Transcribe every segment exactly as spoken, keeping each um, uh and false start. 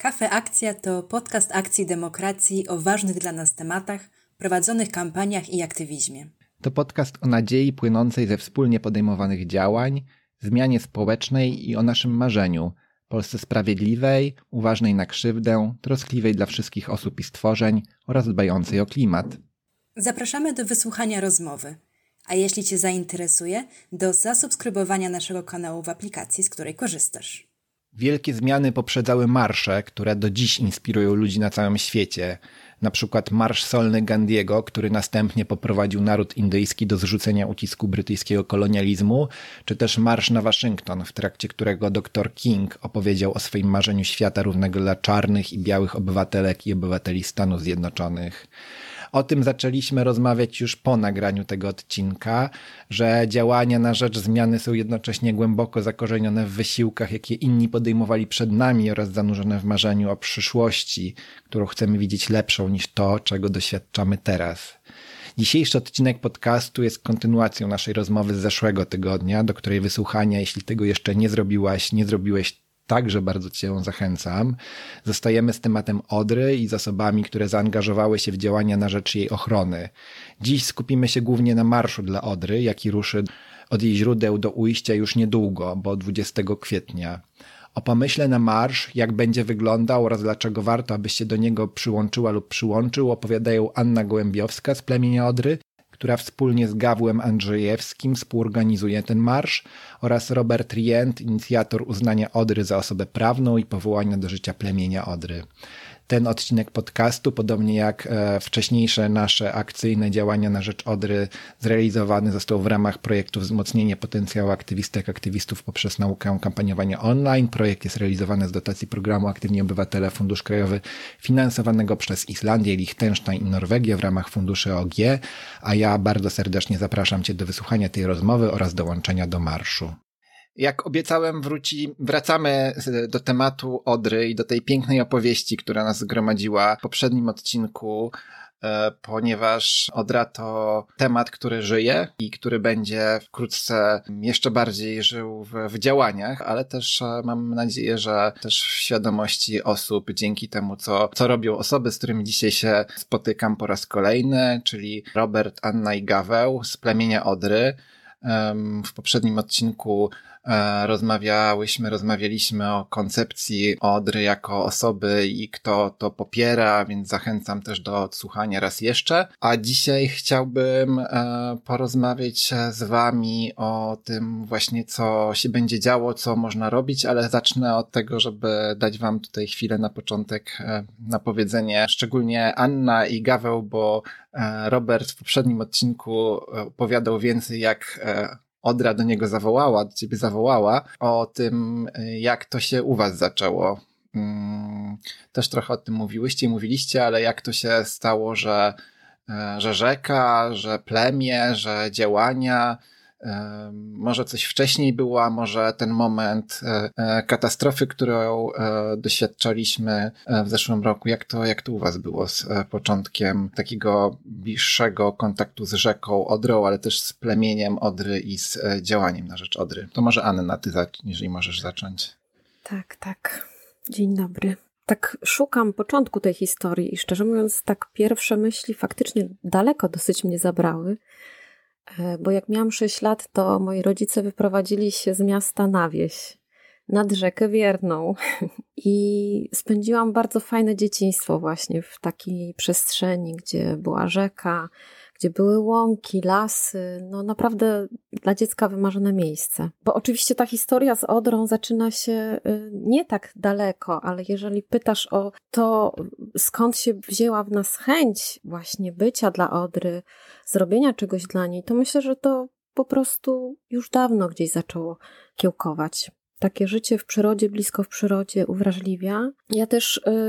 Kafe Akcja to podcast akcji demokracji o ważnych dla nas tematach, prowadzonych kampaniach i aktywizmie. To podcast o nadziei płynącej ze wspólnie podejmowanych działań, zmianie społecznej i o naszym marzeniu – Polsce sprawiedliwej, uważnej na krzywdę, troskliwej dla wszystkich osób i stworzeń oraz dbającej o klimat. Zapraszamy do wysłuchania rozmowy, a jeśli Cię zainteresuje, do zasubskrybowania naszego kanału w aplikacji, z której korzystasz. Wielkie zmiany poprzedzały marsze, które do dziś inspirują ludzi na całym świecie. Na przykład marsz solny Gandiego, który następnie poprowadził naród indyjski do zrzucenia ucisku brytyjskiego kolonializmu, czy też marsz na Waszyngton, w trakcie którego doktor King opowiedział o swoim marzeniu świata równego dla czarnych i białych obywatelek i obywateli Stanów Zjednoczonych. O tym zaczęliśmy rozmawiać już po nagraniu tego odcinka, że działania na rzecz zmiany są jednocześnie głęboko zakorzenione w wysiłkach, jakie inni podejmowali przed nami oraz zanurzone w marzeniu o przyszłości, którą chcemy widzieć lepszą niż to, czego doświadczamy teraz. Dzisiejszy odcinek podcastu jest kontynuacją naszej rozmowy z zeszłego tygodnia, do której wysłuchania, jeśli tego jeszcze nie zrobiłaś, nie zrobiłeś, także bardzo Cię zachęcam. Zostajemy z tematem Odry i z osobami, które zaangażowały się w działania na rzecz jej ochrony. Dziś skupimy się głównie na marszu dla Odry, jaki ruszy od jej źródeł do ujścia już niedługo, bo dwudziestego kwietnia. O pomyśle na marsz, jak będzie wyglądał oraz dlaczego warto, abyś się do niego przyłączyła lub przyłączył, opowiadają Anna Gołębiowska z plemienia Odry, która wspólnie z Gawłem Andrzejewskim współorganizuje ten marsz, oraz Robert Rient, inicjator uznania Odry za osobę prawną i powołania do życia plemienia Odry. Ten odcinek podcastu, podobnie jak e, wcześniejsze nasze akcyjne działania na rzecz Odry, zrealizowany został w ramach projektu Wzmocnienie potencjału aktywistek, aktywistów poprzez naukę kampaniowania online. Projekt jest realizowany z dotacji programu Aktywni Obywatele Fundusz Krajowy, finansowanego przez Islandię, Liechtenstein i Norwegię w ramach funduszy O G, a ja bardzo serdecznie zapraszam Cię do wysłuchania tej rozmowy oraz dołączenia do marszu. Jak obiecałem, wróci, wracamy do tematu Odry i do tej pięknej opowieści, która nas zgromadziła w poprzednim odcinku, ponieważ Odra to temat, który żyje i który będzie wkrótce jeszcze bardziej żył w, w działaniach, ale też mam nadzieję, że też w świadomości osób dzięki temu, co, co robią osoby, z którymi dzisiaj się spotykam po raz kolejny, czyli Robert, Anna i Gaweł z plemienia Odry. W poprzednim odcinku rozmawiałyśmy, rozmawialiśmy o koncepcji Odry jako osoby i kto to popiera, więc zachęcam też do odsłuchania raz jeszcze. A dzisiaj chciałbym porozmawiać z Wami o tym właśnie, co się będzie działo, co można robić, ale zacznę od tego, żeby dać Wam tutaj chwilę na początek na powiedzenie, szczególnie Anna i Gaweł, bo Robert w poprzednim odcinku opowiadał więcej, jak Odra do niego zawołała, do ciebie zawołała, o tym, jak to się u was zaczęło. Też trochę o tym mówiłyście i mówiliście, ale jak to się stało, że, że rzeka, że plemię, że działania, może coś wcześniej było, a może ten moment katastrofy, którą doświadczaliśmy w zeszłym roku. Jak to, jak to u was było z początkiem takiego bliższego kontaktu z rzeką Odrą, ale też z plemieniem Odry i z działaniem na rzecz Odry? To może Anna, ty zacznij, jeżeli możesz zacząć. Tak, tak. Dzień dobry. Tak szukam początku tej historii i szczerze mówiąc, tak pierwsze myśli faktycznie daleko dosyć mnie zabrały. Bo jak miałam sześć lat, to moi rodzice wyprowadzili się z miasta na wieś, nad rzekę Wierną i spędziłam bardzo fajne dzieciństwo właśnie w takiej przestrzeni, gdzie była rzeka, gdzie były łąki, lasy, no naprawdę dla dziecka wymarzone miejsce. Bo oczywiście ta historia z Odrą zaczyna się nie tak daleko, ale jeżeli pytasz o to, skąd się wzięła w nas chęć właśnie bycia dla Odry, zrobienia czegoś dla niej, to myślę, że to po prostu już dawno gdzieś zaczęło kiełkować. Takie życie w przyrodzie, blisko w przyrodzie uwrażliwia. Ja też y,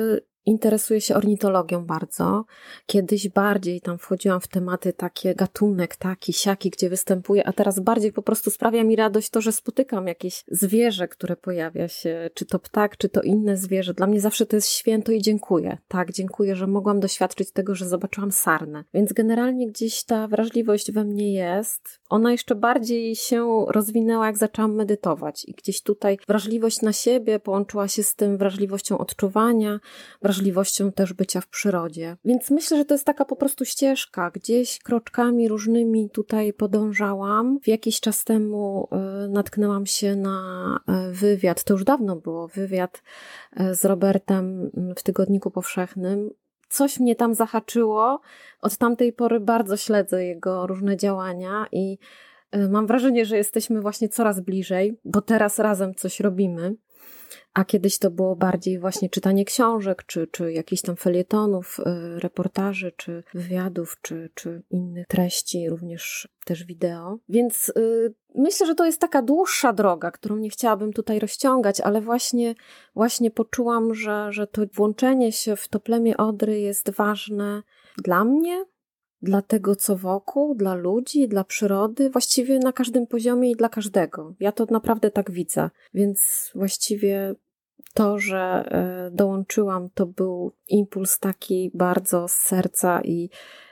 interesuję się ornitologią bardzo. Kiedyś bardziej tam wchodziłam w tematy takie gatunek, taki, siaki, gdzie występuję, a teraz bardziej po prostu sprawia mi radość to, że spotykam jakieś zwierzę, które pojawia się, czy to ptak, czy to inne zwierzę. Dla mnie zawsze to jest święto i dziękuję. Tak, dziękuję, że mogłam doświadczyć tego, że zobaczyłam sarnę. Więc generalnie gdzieś ta wrażliwość we mnie jest. Ona jeszcze bardziej się rozwinęła, jak zaczęłam medytować. I gdzieś tutaj wrażliwość na siebie połączyła się z tym wrażliwością odczuwania, wrażliwością też bycia w przyrodzie. Więc myślę, że to jest taka po prostu ścieżka. Gdzieś kroczkami różnymi tutaj podążałam. W jakiś czas temu y, natknęłam się na y, wywiad, to już dawno było, wywiad y, z Robertem w Tygodniku Powszechnym. Coś mnie tam zahaczyło. Od tamtej pory bardzo śledzę jego różne działania i y, mam wrażenie, że jesteśmy właśnie coraz bliżej, bo teraz razem coś robimy. A kiedyś to było bardziej właśnie czytanie książek, czy, czy jakichś tam felietonów, y, reportaży, czy wywiadów, czy, czy innych treści, również też wideo. Więc y, myślę, że to jest taka dłuższa droga, którą nie chciałabym tutaj rozciągać, ale właśnie, właśnie poczułam, że, że to włączenie się w to plemię Odry jest ważne dla mnie, dla tego, co wokół, dla ludzi, dla przyrody, właściwie na każdym poziomie i dla każdego. Ja to naprawdę tak widzę, więc właściwie to, że dołączyłam, to był impuls taki bardzo z serca i,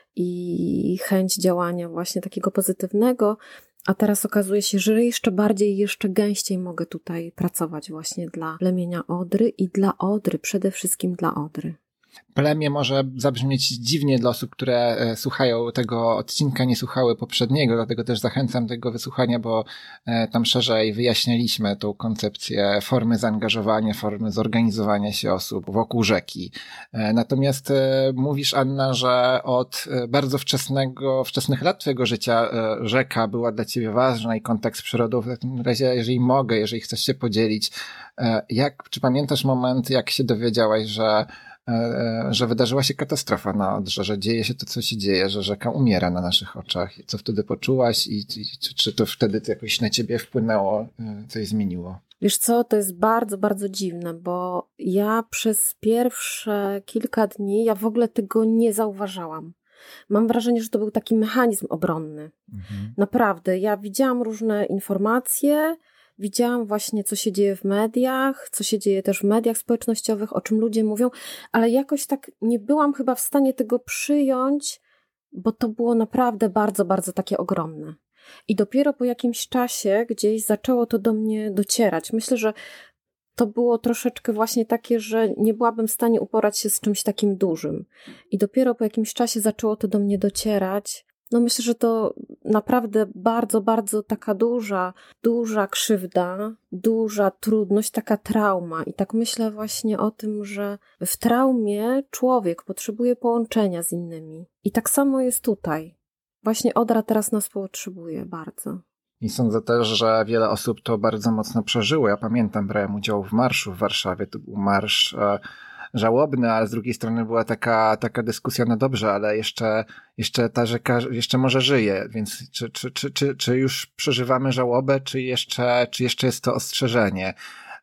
i chęć działania właśnie takiego pozytywnego, a teraz okazuje się, że jeszcze bardziej, jeszcze gęściej mogę tutaj pracować właśnie dla plemienia Odry i dla Odry, przede wszystkim dla Odry. Plemię może zabrzmieć dziwnie dla osób, które słuchają tego odcinka, nie słuchały poprzedniego, dlatego też zachęcam do tego wysłuchania, bo tam szerzej wyjaśnialiśmy tą koncepcję formy zaangażowania, formy zorganizowania się osób wokół rzeki. Natomiast mówisz, Anna, że od bardzo wczesnego, wczesnych lat twojego życia rzeka była dla ciebie ważna i kontakt z przyrodą. W takim razie, jeżeli mogę, jeżeli chcesz się podzielić, jak, czy pamiętasz moment, jak się dowiedziałaś, że że wydarzyła się katastrofa na Odrze, że dzieje się to, co się dzieje, że rzeka umiera na naszych oczach. Co wtedy poczułaś i, i czy, czy to wtedy to jakoś na ciebie wpłynęło, coś zmieniło? Wiesz co, to jest bardzo, bardzo dziwne, bo ja przez pierwsze kilka dni ja w ogóle tego nie zauważałam. Mam wrażenie, że to był taki mechanizm obronny. Mhm. Naprawdę, ja widziałam różne informacje, widziałam właśnie, co się dzieje w mediach, co się dzieje też w mediach społecznościowych, o czym ludzie mówią, ale jakoś tak nie byłam chyba w stanie tego przyjąć, bo to było naprawdę bardzo, bardzo takie ogromne. I dopiero po jakimś czasie gdzieś zaczęło to do mnie docierać. Myślę, że to było troszeczkę właśnie takie, że nie byłabym w stanie uporać się z czymś takim dużym. I dopiero po jakimś czasie zaczęło to do mnie docierać. No myślę, że to naprawdę bardzo, bardzo taka duża, duża krzywda, duża trudność, taka trauma. I tak myślę właśnie o tym, że w traumie człowiek potrzebuje połączenia z innymi. I tak samo jest tutaj. Właśnie Odra teraz nas potrzebuje bardzo. I sądzę też, że wiele osób to bardzo mocno przeżyło. Ja pamiętam, brałem udział w marszu w Warszawie. To był marsz e, żałobny, ale z drugiej strony była taka, taka dyskusja, no dobrze, ale jeszcze, jeszcze ta rzeka jeszcze może żyje, więc czy, czy, czy, czy, czy już przeżywamy żałobę, czy jeszcze, czy jeszcze jest to ostrzeżenie?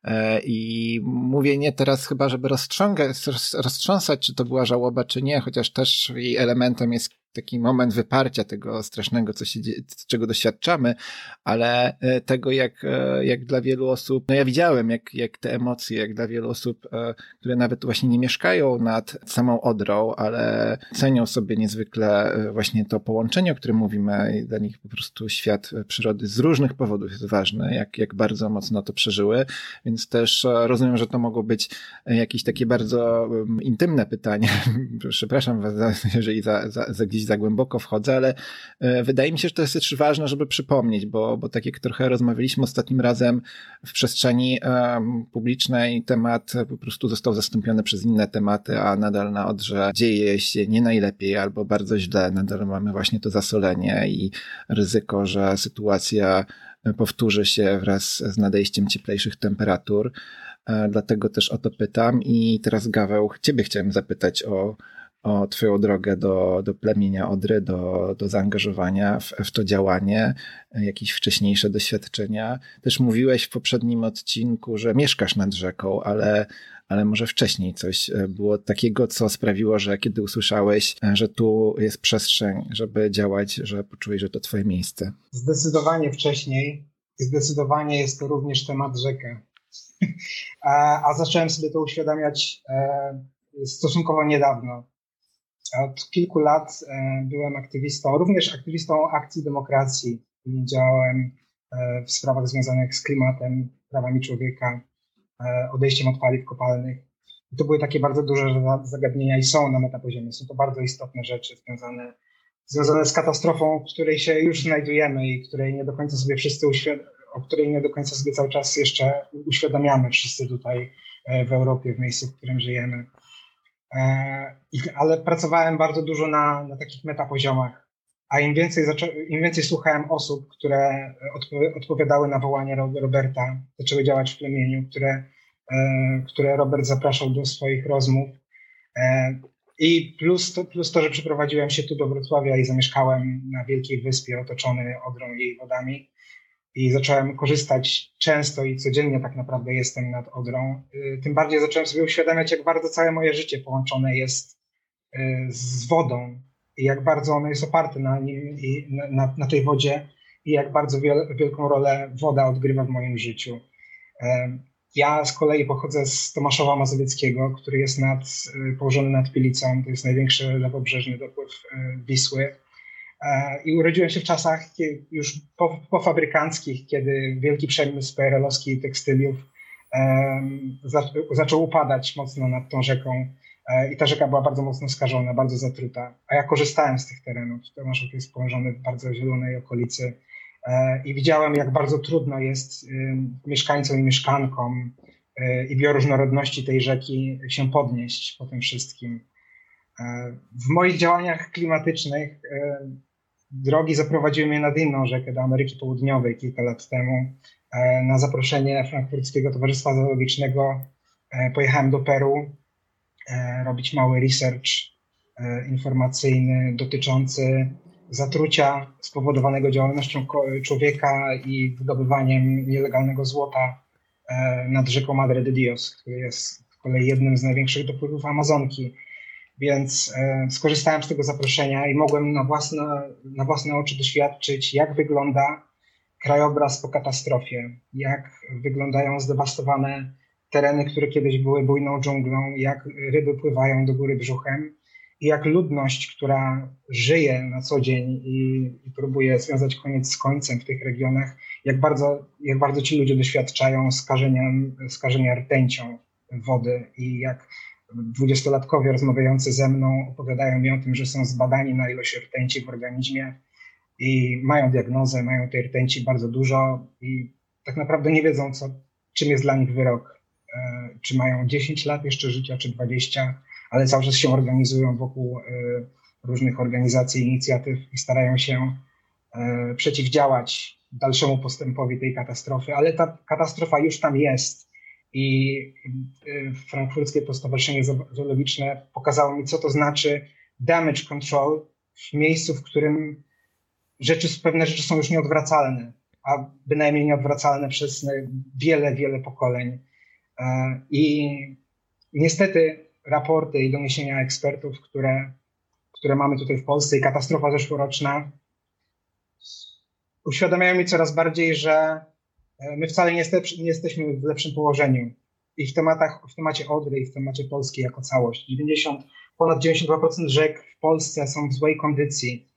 I mówię nie teraz chyba, żeby roztrzągać, roztrząsać, czy to była żałoba, czy nie, chociaż też jej elementem jest taki moment wyparcia tego strasznego, co się dzieje, czego doświadczamy, ale tego, jak, jak dla wielu osób, no ja widziałem, jak, jak te emocje, jak dla wielu osób, które nawet właśnie nie mieszkają nad samą Odrą, ale cenią sobie niezwykle właśnie to połączenie, o którym mówimy, i dla nich po prostu świat przyrody z różnych powodów jest ważny, jak, jak bardzo mocno to przeżyły, więc też rozumiem, że to mogło być jakieś takie bardzo intymne pytanie. Przepraszam was, jeżeli za, za, za gdzieś za głęboko wchodzę, ale wydaje mi się, że to jest też ważne, żeby przypomnieć, bo, bo tak jak trochę rozmawialiśmy ostatnim razem w przestrzeni um, publicznej, temat po prostu został zastąpiony przez inne tematy, a nadal na Odrze dzieje się nie najlepiej albo bardzo źle. Nadal mamy właśnie to zasolenie i ryzyko, że sytuacja powtórzy się wraz z nadejściem cieplejszych temperatur. Dlatego też o to pytam i teraz, Gaweł, ciebie chciałem zapytać o o twoją drogę do, do plemienia Odry, do, do zaangażowania w, w to działanie, jakieś wcześniejsze doświadczenia. Też mówiłeś w poprzednim odcinku, że mieszkasz nad rzeką, ale, ale może wcześniej coś było takiego, co sprawiło, że kiedy usłyszałeś, że tu jest przestrzeń, żeby działać, że poczułeś, że to twoje miejsce? Zdecydowanie wcześniej. Zdecydowanie jest to również temat rzeka. A, a zacząłem sobie to uświadamiać e, stosunkowo niedawno. Od kilku lat e, byłem aktywistą, również aktywistą Akcji Demokracji i działałem e, w sprawach związanych z klimatem, prawami człowieka, e, odejściem od paliw kopalnych. I to były takie bardzo duże zagadnienia i są na metapoziomie. Są to bardzo istotne rzeczy związane, związane z katastrofą, w której się już znajdujemy i której nie do końca sobie wszyscy uświadamiamy, o której nie do końca sobie cały czas jeszcze uświadamiamy wszyscy tutaj w Europie, w miejscu, w którym żyjemy. Ale pracowałem bardzo dużo na, na takich metapoziomach, a im więcej, zaczą, im więcej słuchałem osób, które odpowiadały na wołanie Roberta, zaczęły działać w plemieniu, które, które Robert zapraszał do swoich rozmów. I plus to, plus to, że przeprowadziłem się tu do Wrocławia i zamieszkałem na wielkiej wyspie otoczony Odrą i jej wodami. I zacząłem korzystać często i codziennie tak naprawdę jestem nad Odrą. Tym bardziej zacząłem sobie uświadamiać, jak bardzo całe moje życie połączone jest z wodą i jak bardzo ono jest oparte na nim i na, na tej wodzie i jak bardzo wiel, wielką rolę woda odgrywa w moim życiu. Ja z kolei pochodzę z Tomaszowa Mazowieckiego, który jest nad, położony nad Pilicą. To jest największy lewobrzeżny dopływ Wisły. I urodziłem się w czasach już pofabrykanckich, kiedy wielki przemysł P R L-owski tekstyliów um, za, zaczął upadać mocno nad tą rzeką i ta rzeka była bardzo mocno skażona, bardzo zatruta. A ja korzystałem z tych terenów. Tomaszów jest położony w bardzo zielonej okolicy e, i widziałem, jak bardzo trudno jest y, mieszkańcom i mieszkankom y, i bioróżnorodności tej rzeki się podnieść po tym wszystkim. E, w moich działaniach klimatycznych y, drogi zaprowadziły mnie nad inną rzekę, do Ameryki Południowej kilka lat temu. Na zaproszenie Frankfurckiego Towarzystwa Zoologicznego pojechałem do Peru robić mały research informacyjny dotyczący zatrucia spowodowanego działalnością człowieka i wydobywaniem nielegalnego złota nad rzeką Madre de Dios, który jest z kolei jednym z największych dopływów Amazonki. Więc e, skorzystałem z tego zaproszenia i mogłem na własne, na własne oczy doświadczyć, jak wygląda krajobraz po katastrofie, jak wyglądają zdewastowane tereny, które kiedyś były bujną dżunglą, jak ryby pływają do góry brzuchem i jak ludność, która żyje na co dzień i, i próbuje związać koniec z końcem w tych regionach, jak bardzo, jak bardzo ci ludzie doświadczają skażenia, skażenia rtęcią wody i jak dwudziestolatkowie rozmawiający ze mną opowiadają mi o tym, że są zbadani na ilość rtęci w organizmie i mają diagnozę, mają tej rtęci bardzo dużo i tak naprawdę nie wiedzą, co, czym jest dla nich wyrok. E, czy mają dziesięć lat jeszcze życia, czy dwadzieścia, ale cały czas się organizują wokół e, różnych organizacji, inicjatyw i starają się e, przeciwdziałać dalszemu postępowi tej katastrofy, ale ta katastrofa już tam jest. I Frankfurckie Stowarzyszenie Zoologiczne pokazało mi, co to znaczy damage control w miejscu, w którym rzeczy, pewne rzeczy są już nieodwracalne, a bynajmniej nieodwracalne przez wiele, wiele pokoleń. I niestety raporty i doniesienia ekspertów, które, które mamy tutaj w Polsce i katastrofa zeszłoroczna uświadamiają mi coraz bardziej, że my wcale nie, jeste, nie jesteśmy w lepszym położeniu i w, tematach, w temacie Odry i w temacie Polski jako całość. dziewięćdziesiąt, ponad dziewięćdziesiąt dwa procent rzek w Polsce są w złej kondycji.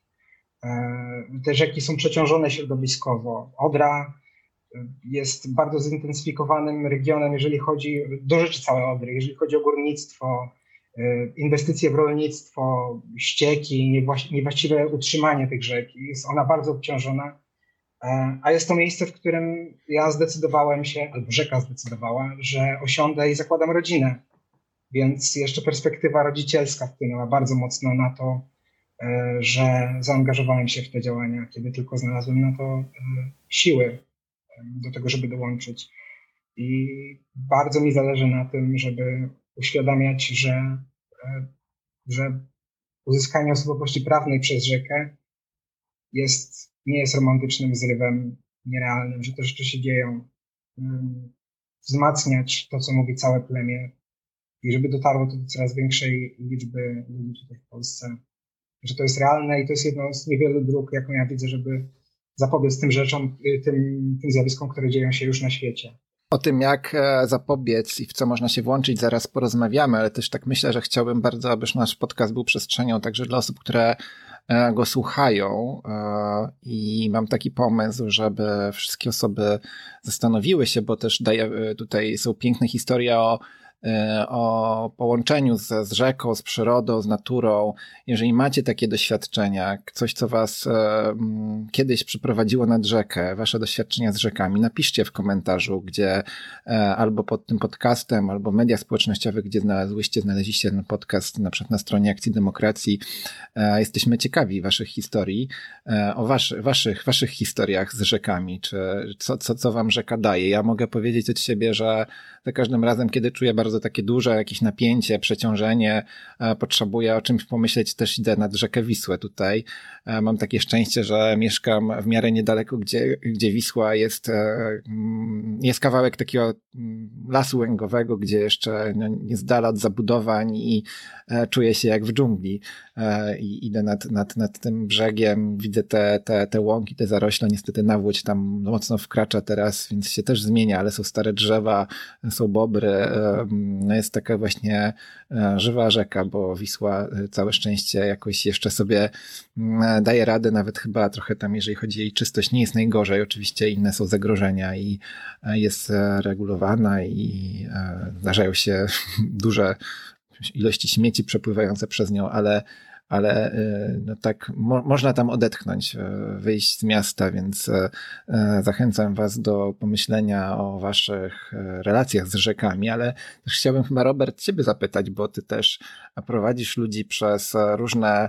Te rzeki są przeciążone środowiskowo. Odra jest bardzo zintensyfikowanym regionem, jeżeli chodzi, do rzeczy całej Odry, jeżeli chodzi o górnictwo, inwestycje w rolnictwo, ścieki, niewłaściwe utrzymanie tych rzek. Jest ona bardzo obciążona. A jest to miejsce, w którym ja zdecydowałem się, albo rzeka zdecydowała, że osiądę i zakładam rodzinę. Więc jeszcze perspektywa rodzicielska wpłynęła bardzo mocno na to, że zaangażowałem się w te działania, kiedy tylko znalazłem na to siły do tego, żeby dołączyć. I bardzo mi zależy na tym, żeby uświadamiać, że, że uzyskanie osobowości prawnej przez rzekę jest, nie jest romantycznym zrywem nierealnym, że te rzeczy się dzieją. Wzmacniać to, co mówi całe plemię, i żeby dotarło to do coraz większej liczby ludzi tutaj w Polsce, że to jest realne i to jest jedno z niewielu dróg, jaką ja widzę, żeby zapobiec tym rzeczom, tym, tym zjawiskom, które dzieją się już na świecie. O tym, jak zapobiec i w co można się włączyć, zaraz porozmawiamy, ale też tak myślę, że chciałbym bardzo, abyś nasz podcast był przestrzenią także dla osób, które go słuchają, i mam taki pomysł, żeby wszystkie osoby zastanowiły się, bo też daje, tutaj są piękne historie o o połączeniu z, z rzeką, z przyrodą, z naturą. Jeżeli macie takie doświadczenia, coś, co was e, kiedyś przyprowadziło nad rzekę, wasze doświadczenia z rzekami, napiszcie w komentarzu, gdzie e, albo pod tym podcastem, albo w mediach społecznościowych, gdzie znalazłyście, znaleźliście ten podcast, na przykład na stronie Akcji Demokracji. E, jesteśmy ciekawi waszych historii, e, o wasz, waszych, waszych historiach z rzekami, czy co, co, co wam rzeka daje. Ja mogę powiedzieć od siebie, że za każdym razem, kiedy czuję bardzo takie duże jakieś napięcie, przeciążenie, potrzebuję o czymś pomyśleć, też idę nad rzekę Wisłę tutaj. Mam takie szczęście, że mieszkam w miarę niedaleko, gdzie, gdzie Wisła jest, jest kawałek takiego lasu łęgowego, gdzie jeszcze jest dala od zabudowań i czuję się jak w dżungli. I idę nad, nad, nad tym brzegiem, widzę te, te, te łąki, te zarośla, niestety nawłoć tam mocno wkracza teraz, więc się też zmienia, ale są stare drzewa, są bobry, jest taka właśnie żywa rzeka, bo Wisła, całe szczęście, jakoś jeszcze sobie daje radę, nawet chyba trochę tam, jeżeli chodzi o jej czystość, nie jest najgorzej, oczywiście inne są zagrożenia i jest regulowana i zdarzają się duże ilości śmieci przepływające przez nią, ale ale no tak mo- można tam odetchnąć, wyjść z miasta, więc zachęcam was do pomyślenia o waszych relacjach z rzekami, ale też chciałbym chyba, Robert, ciebie zapytać, bo ty też prowadzisz ludzi przez różne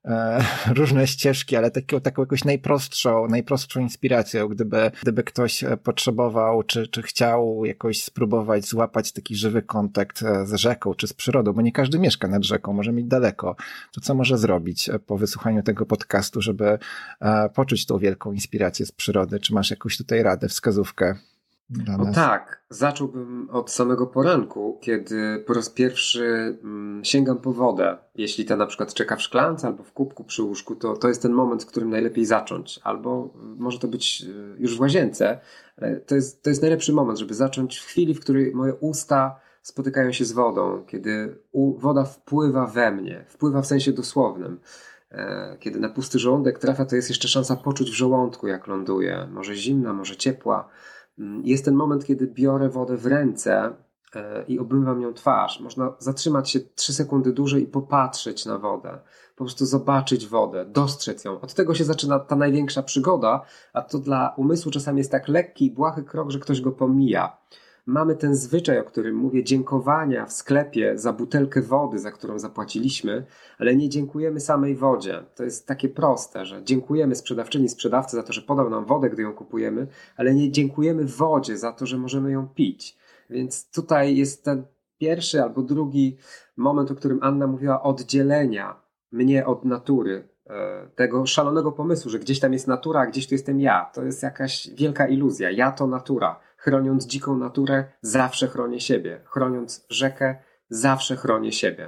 różne ścieżki, ale taką, taką jakąś najprostszą, najprostszą inspiracją, gdyby, gdyby ktoś potrzebował, czy, czy chciał jakoś spróbować złapać taki żywy kontakt z rzeką, czy z przyrodą, bo nie każdy mieszka nad rzeką, może mieć daleko. To co może zrobić po wysłuchaniu tego podcastu, żeby poczuć tą wielką inspirację z przyrody? Czy masz jakąś tutaj radę, wskazówkę? No tak, zacząłbym od samego poranku, kiedy po raz pierwszy mm, sięgam po wodę. Jeśli ta na przykład czeka w szklance albo w kubku przy łóżku, to, to jest ten moment, w którym najlepiej zacząć. Albo może to być już w łazience, ale to jest, to jest najlepszy moment, żeby zacząć w chwili, w której moje usta spotykają się z wodą, kiedy u, woda wpływa we mnie, wpływa w sensie dosłownym. E, kiedy na pusty żołądek trafia, to jest jeszcze szansa poczuć w żołądku, jak ląduje. Może zimna, może ciepła. Jest ten moment, kiedy biorę wodę w ręce i obmywam nią twarz. Można zatrzymać się trzy sekundy dłużej i popatrzeć na wodę. Po prostu zobaczyć wodę, dostrzec ją. Od tego się zaczyna ta największa przygoda, a to dla umysłu czasami jest tak lekki i błahy krok, że ktoś go pomija. Mamy ten zwyczaj, o którym mówię, dziękowania w sklepie za butelkę wody, za którą zapłaciliśmy, ale nie dziękujemy samej wodzie. To jest takie proste, że dziękujemy sprzedawczyni, sprzedawcy za to, że podał nam wodę, gdy ją kupujemy, ale nie dziękujemy wodzie za to, że możemy ją pić. Więc tutaj jest ten pierwszy albo drugi moment, o którym Anna mówiła, oddzielenia mnie od natury. Tego szalonego pomysłu, że gdzieś tam jest natura, a gdzieś tu jestem ja. To jest jakaś wielka iluzja. Ja to natura. Chroniąc dziką naturę, zawsze chronię siebie. Chroniąc rzekę, zawsze chronię siebie.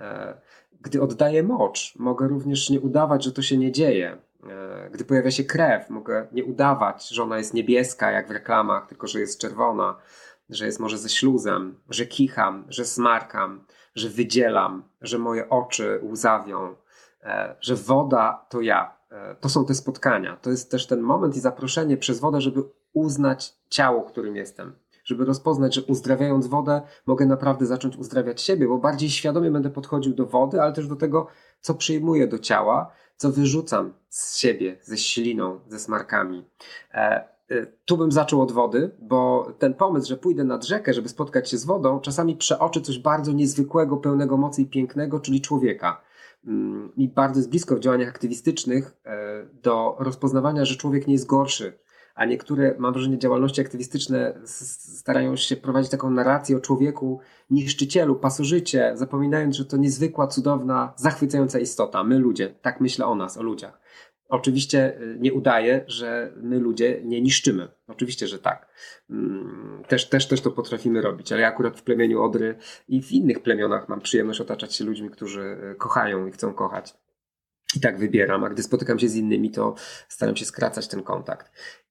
Gdy oddaję mocz, mogę również nie udawać, że to się nie dzieje. Gdy pojawia się krew, mogę nie udawać, że ona jest niebieska, jak w reklamach, tylko że jest czerwona, że jest może ze śluzem, że kicham, że smarkam, że wydzielam, że moje oczy łzawią, że woda to ja. To są te spotkania. To jest też ten moment i zaproszenie przez wodę, żeby uznać ciało, którym jestem. Żeby rozpoznać, że uzdrawiając wodę mogę naprawdę zacząć uzdrawiać siebie, bo bardziej świadomie będę podchodził do wody, ale też do tego, co przyjmuję do ciała, co wyrzucam z siebie, ze śliną, ze smarkami. E, e, tu bym zaczął od wody, bo ten pomysł, że pójdę nad rzekę, żeby spotkać się z wodą, czasami przeoczy coś bardzo niezwykłego, pełnego mocy i pięknego, czyli człowieka. Mi bardzo jest blisko w działaniach aktywistycznych do rozpoznawania, że człowiek nie jest gorszy, a niektóre, mam wrażenie, działalności aktywistyczne starają się prowadzić taką narrację o człowieku niszczycielu, pasożycie, zapominając, że to niezwykła, cudowna, zachwycająca istota. My ludzie, tak myślę o nas, o ludziach. Oczywiście nie udaję, że my ludzie nie niszczymy. Oczywiście, że tak. Też, też, też to potrafimy robić, ale ja akurat w plemieniu Odry i w innych plemionach mam przyjemność otaczać się ludźmi, którzy kochają i chcą kochać. I tak wybieram, a gdy spotykam się z innymi, to staram się skracać ten kontakt.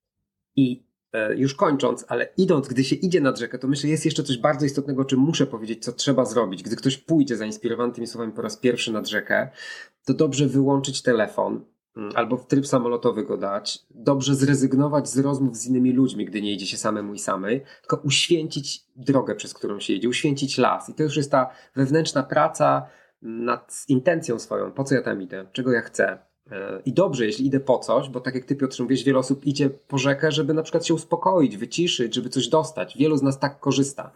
I już kończąc, ale idąc, gdy się idzie nad rzekę, to myślę, jest jeszcze coś bardzo istotnego, o czym muszę powiedzieć, co trzeba zrobić. Gdy ktoś pójdzie zainspirowany tymi słowami po raz pierwszy nad rzekę, to dobrze wyłączyć telefon, albo w tryb samolotowy go dać, dobrze zrezygnować z rozmów z innymi ludźmi, gdy nie idzie się samemu i samej, tylko uświęcić drogę, przez którą się idzie, uświęcić las. I to już jest ta wewnętrzna praca nad intencją swoją, po co ja tam idę, czego ja chcę. I dobrze, jeśli idę po coś, bo tak jak ty, Piotrze, mówisz, wiele osób idzie po rzekę, żeby na przykład się uspokoić, wyciszyć, żeby coś dostać. Wielu z nas tak korzysta.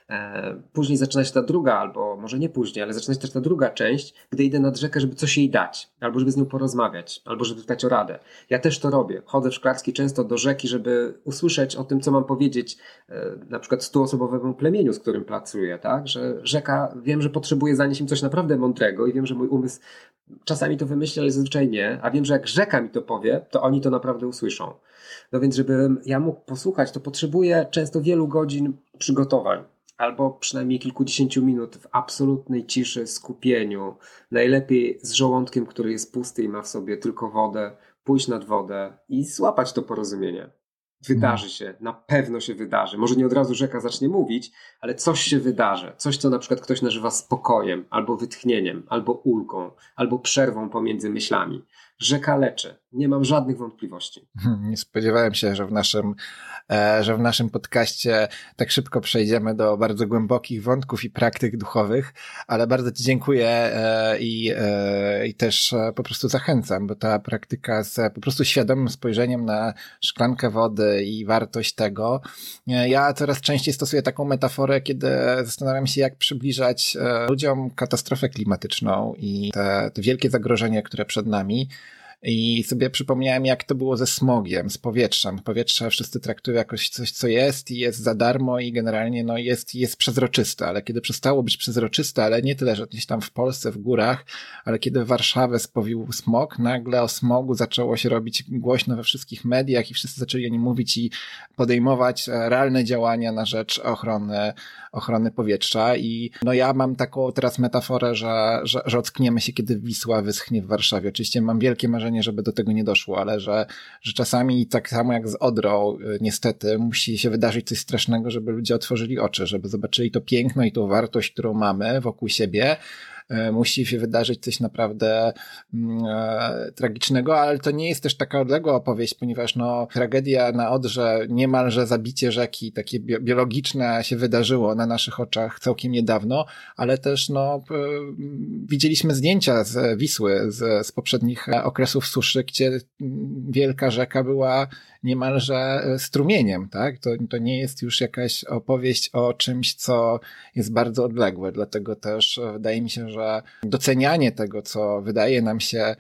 Później zaczyna się ta druga, albo może nie później, ale zaczyna się też ta druga część, gdy idę nad rzekę, żeby coś jej dać, albo żeby z nią porozmawiać, albo żeby pytać o radę. Ja też to robię. Chodzę w Szklarskiej często do rzeki, żeby usłyszeć o tym, co mam powiedzieć na przykład stuosobowemu plemieniu, z którym pracuję, tak? Że rzeka, wiem, że potrzebuje zanieść im coś naprawdę mądrego i wiem, że mój umysł czasami to wymyśli, ale zazwyczaj nie, a wiem, że jak rzeka mi to powie, to oni to naprawdę usłyszą. No więc, żebym ja mógł posłuchać, to potrzebuję często wielu godzin przygotowań, albo przynajmniej kilkudziesięciu minut w absolutnej ciszy, skupieniu, najlepiej z żołądkiem, który jest pusty i ma w sobie tylko wodę, pójść nad wodę i złapać to porozumienie. Wydarzy się, na pewno się wydarzy. Może nie od razu rzeka zacznie mówić, ale coś się wydarzy. Coś, co na przykład ktoś nazywa spokojem, albo wytchnieniem, albo ulgą, albo przerwą pomiędzy myślami. Rzeka leczy. Nie mam żadnych wątpliwości. Nie spodziewałem się, że w naszym, że w naszym podcaście tak szybko przejdziemy do bardzo głębokich wątków i praktyk duchowych, ale bardzo ci dziękuję i, i też po prostu zachęcam, bo ta praktyka z po prostu świadomym spojrzeniem na szklankę wody i wartość tego. Ja coraz częściej stosuję taką metaforę, kiedy zastanawiam się, jak przybliżać ludziom katastrofę klimatyczną i te, te wielkie zagrożenie, które przed nami. I sobie przypomniałem, jak to było ze smogiem, z powietrzem. Powietrze wszyscy traktują jakoś coś, co jest i jest za darmo i generalnie no jest, jest przezroczyste, ale kiedy przestało być przezroczyste, ale nie tyle, że gdzieś tam w Polsce, w górach, ale kiedy Warszawę spowił smog, nagle o smogu zaczęło się robić głośno we wszystkich mediach i wszyscy zaczęli o nim mówić i podejmować realne działania na rzecz ochrony, ochrony powietrza. I no ja mam taką teraz metaforę, że, że, że ockniemy się, kiedy Wisła wyschnie w Warszawie. Oczywiście mam wielkie marzenie, żeby do tego nie doszło, ale że, że czasami tak samo jak z Odrą, niestety musi się wydarzyć coś strasznego, żeby ludzie otworzyli oczy, żeby zobaczyli to piękno i tą wartość, którą mamy wokół siebie. Musi się wydarzyć coś naprawdę e, tragicznego, ale to nie jest też taka odległa opowieść, ponieważ no tragedia na Odrze, niemalże zabicie rzeki, takie bi- biologiczne się wydarzyło na naszych oczach całkiem niedawno, ale też no e, widzieliśmy zdjęcia z Wisły z, z poprzednich okresów suszy, gdzie wielka rzeka była niemalże strumieniem, tak? To, to nie jest już jakaś opowieść o czymś, co jest bardzo odległe, dlatego też wydaje mi się, że docenianie tego, co wydaje nam się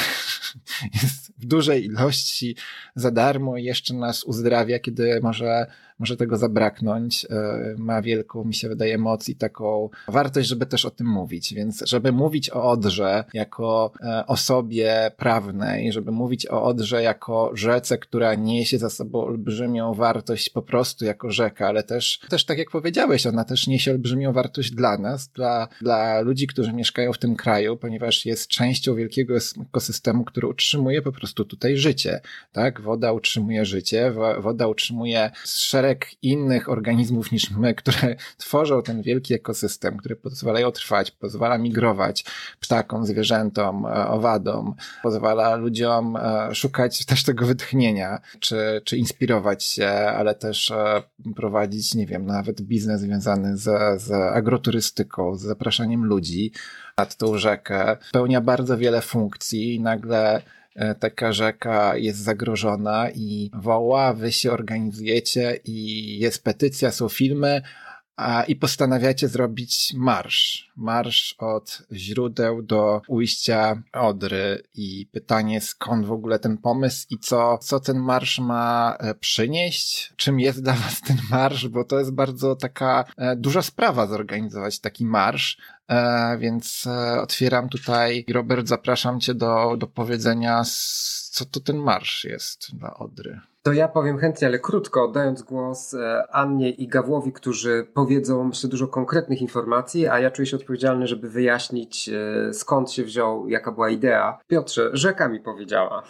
jest w dużej ilości za darmo i jeszcze nas uzdrawia, kiedy może, może tego zabraknąć, ma wielką, mi się wydaje, moc i taką wartość, żeby też o tym mówić. Więc żeby mówić o Odrze jako osobie prawnej, żeby mówić o Odrze jako rzece, która niesie za sobą olbrzymią wartość po prostu jako rzeka, ale też, też tak jak powiedziałeś, ona też niesie olbrzymią wartość dla nas, dla, dla ludzi, którzy mieszkają w tym kraju, ponieważ jest częścią wielkiego ekosystemu, który utrzymuje po prostu tutaj życie, tak? Woda utrzymuje życie, woda utrzymuje szereg innych organizmów niż my, które tworzą ten wielki ekosystem, które pozwalają trwać, pozwala migrować ptakom, zwierzętom, owadom, pozwala ludziom szukać też tego wytchnienia, czy, czy inspirować się, ale też prowadzić, nie wiem, nawet biznes związany z, z agroturystyką, z zapraszaniem ludzi nad tą rzekę. Spełnia bardzo wiele funkcji i nagle taka rzeka jest zagrożona i woła, wy się organizujecie i jest petycja, są filmy, a, i postanawiacie zrobić marsz. Marsz od źródeł do ujścia Odry i pytanie, skąd w ogóle ten pomysł i co, co ten marsz ma przynieść? Czym jest dla was ten marsz? Bo to jest bardzo taka e, duża sprawa zorganizować taki marsz. E, więc e, otwieram tutaj. Robert, zapraszam cię do, do powiedzenia, co to ten marsz jest dla Odry. To ja powiem chętnie, ale krótko, oddając głos Annie i Gawłowi, którzy powiedzą, myślę, dużo konkretnych informacji, a ja czuję się odpowiedzialny, żeby wyjaśnić, skąd się wziął, jaka była idea. Piotrze, rzeka mi powiedziała.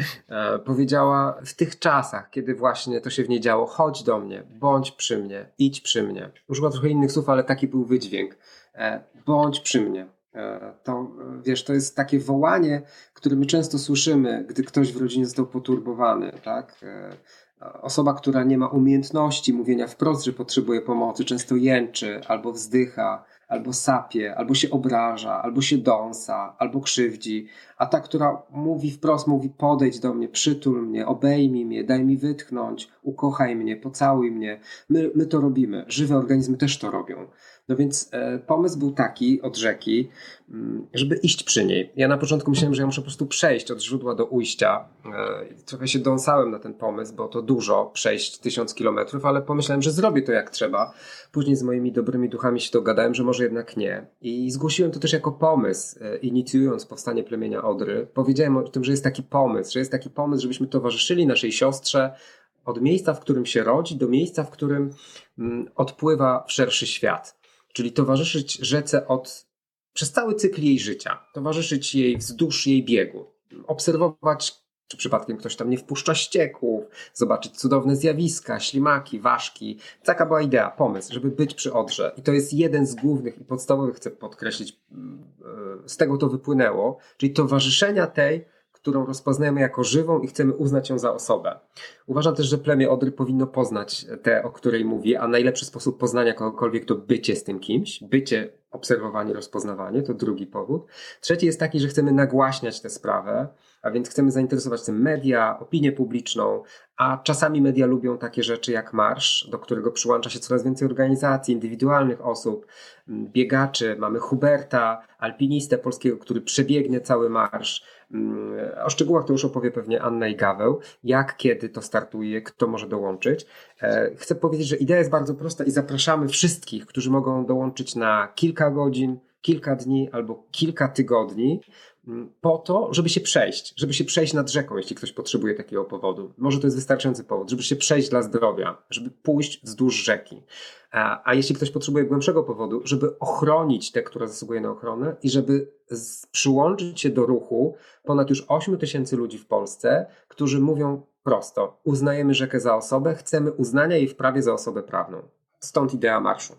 Powiedziała w tych czasach, kiedy właśnie to się w niej działo, chodź do mnie, bądź przy mnie, idź przy mnie. Użyła trochę innych słów, ale taki był wydźwięk. Bądź przy mnie. To, wiesz, to jest takie wołanie, które my często słyszymy, gdy ktoś w rodzinie został poturbowany, tak? Osoba, która nie ma umiejętności mówienia wprost, że potrzebuje pomocy, często jęczy, albo wzdycha, albo sapie, albo się obraża, albo się dąsa, albo krzywdzi, a ta, która mówi wprost, mówi podejdź do mnie, przytul mnie, obejmij mnie, daj mi wytchnąć, ukochaj mnie, pocałuj mnie. My, my to robimy, żywe organizmy też to robią. No więc e, pomysł był taki od rzeki, żeby iść przy niej. Ja na początku myślałem, że ja muszę po prostu przejść od źródła do ujścia. E, trochę się dąsałem na ten pomysł, bo to dużo, przejść tysiąc kilometrów, ale pomyślałem, że zrobię to jak trzeba. Później z moimi dobrymi duchami się dogadałem, że może jednak nie. I zgłosiłem to też jako pomysł, e, inicjując powstanie plemienia Odry. Powiedziałem o tym, że jest taki pomysł, że jest taki pomysł, żebyśmy towarzyszyli naszej siostrze od miejsca, w którym się rodzi, do miejsca, w którym mm, odpływa w szerszy świat. Czyli towarzyszyć rzece od, przez cały cykl jej życia, towarzyszyć jej wzdłuż jej biegu, obserwować, czy przypadkiem ktoś tam nie wpuszcza ścieków, zobaczyć cudowne zjawiska, ślimaki, ważki. Taka była idea, pomysł, żeby być przy Odrze. I to jest jeden z głównych i podstawowych, chcę podkreślić, z tego to wypłynęło, czyli towarzyszenia tej, którą rozpoznajemy jako żywą i chcemy uznać ją za osobę. Uważam też, że plemię Odry powinno poznać tę, o której mówię, a najlepszy sposób poznania kogokolwiek to bycie z tym kimś, bycie, obserwowanie, rozpoznawanie, to drugi powód. Trzeci jest taki, że chcemy nagłaśniać tę sprawę, a więc chcemy zainteresować tym media, opinię publiczną, a czasami media lubią takie rzeczy jak marsz, do którego przyłącza się coraz więcej organizacji, indywidualnych osób, biegaczy. Mamy Huberta, alpinistę polskiego, który przebiegnie cały marsz. O szczegółach to już opowie pewnie Anna i Gaweł, jak, kiedy to startuje, kto może dołączyć. Chcę powiedzieć, że idea jest bardzo prosta i zapraszamy wszystkich, którzy mogą dołączyć na kilka godzin, kilka dni albo kilka tygodni po to, żeby się przejść, żeby się przejść nad rzeką, jeśli ktoś potrzebuje takiego powodu. Może to jest wystarczający powód, żeby się przejść dla zdrowia, żeby pójść wzdłuż rzeki. A, a jeśli ktoś potrzebuje głębszego powodu, żeby ochronić tę, która zasługuje na ochronę i żeby z, przyłączyć się do ruchu ponad już osiem tysięcy ludzi w Polsce, którzy mówią prosto, uznajemy rzekę za osobę, chcemy uznania jej w prawie za osobę prawną. Stąd idea marszu.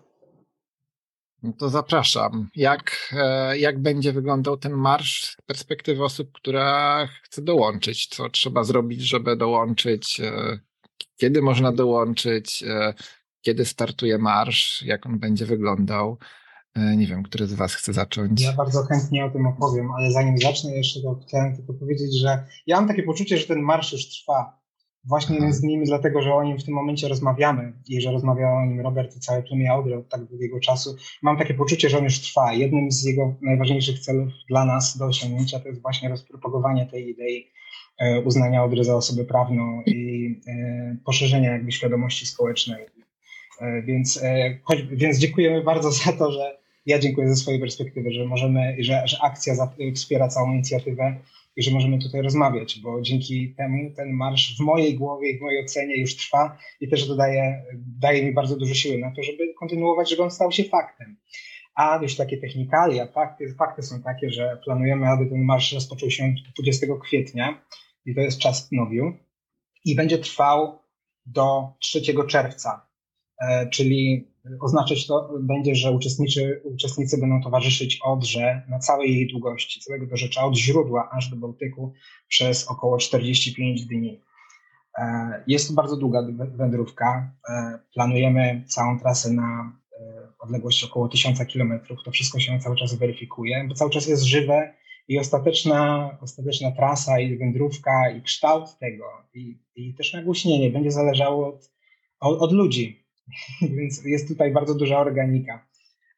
No to zapraszam. Jak, jak będzie wyglądał ten marsz z perspektywy osób, która chce dołączyć? Co trzeba zrobić, żeby dołączyć? Kiedy można dołączyć? Kiedy startuje marsz? Jak on będzie wyglądał? Nie wiem, który z was chce zacząć. Ja bardzo chętnie o tym opowiem, ale zanim zacznę jeszcze, to chciałem tylko powiedzieć, że ja mam takie poczucie, że ten marsz już trwa. Właśnie między innymi dlatego, że o nim w tym momencie rozmawiamy i że rozmawia o nim Robert i całe plemię Odry od tak długiego czasu. Mam takie poczucie, że on już trwa. Jednym z jego najważniejszych celów dla nas do osiągnięcia to jest właśnie rozpropagowanie tej idei uznania Odry za osobę prawną i poszerzenia jakby świadomości społecznej. Więc, choć, więc dziękujemy bardzo za to, że ja dziękuję ze swojej perspektywy, że możemy, że, że akcja za, wspiera całą inicjatywę i że możemy tutaj rozmawiać, bo dzięki temu ten marsz w mojej głowie i w mojej ocenie już trwa i też dodaje, daje mi bardzo dużo siły na to, żeby kontynuować, żeby on stał się faktem. A już takie technikalia, fakty, fakty są takie, że planujemy, aby ten marsz rozpoczął się dwudziestego kwietnia i to jest czas nowiu i będzie trwał do trzeciego czerwca, e, czyli oznaczać to będzie, że uczestnicy, uczestnicy będą towarzyszyć Odrze na całej jej długości, całego dorzecza, od źródła aż do Bałtyku przez około czterdzieści pięć dni. Jest to bardzo długa wędrówka. Planujemy całą trasę na odległość około tysiąca kilometrów. To wszystko się cały czas weryfikuje, bo cały czas jest żywe i ostateczna, ostateczna trasa i wędrówka i kształt tego i, i też nagłośnienie będzie zależało od, od, od ludzi. Więc jest tutaj bardzo duża organika,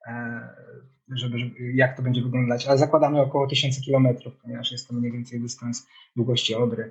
żeby, żeby, jak to będzie wyglądać. Ale zakładamy około tysiąc kilometrów, ponieważ jest to mniej więcej dystans długości Odry.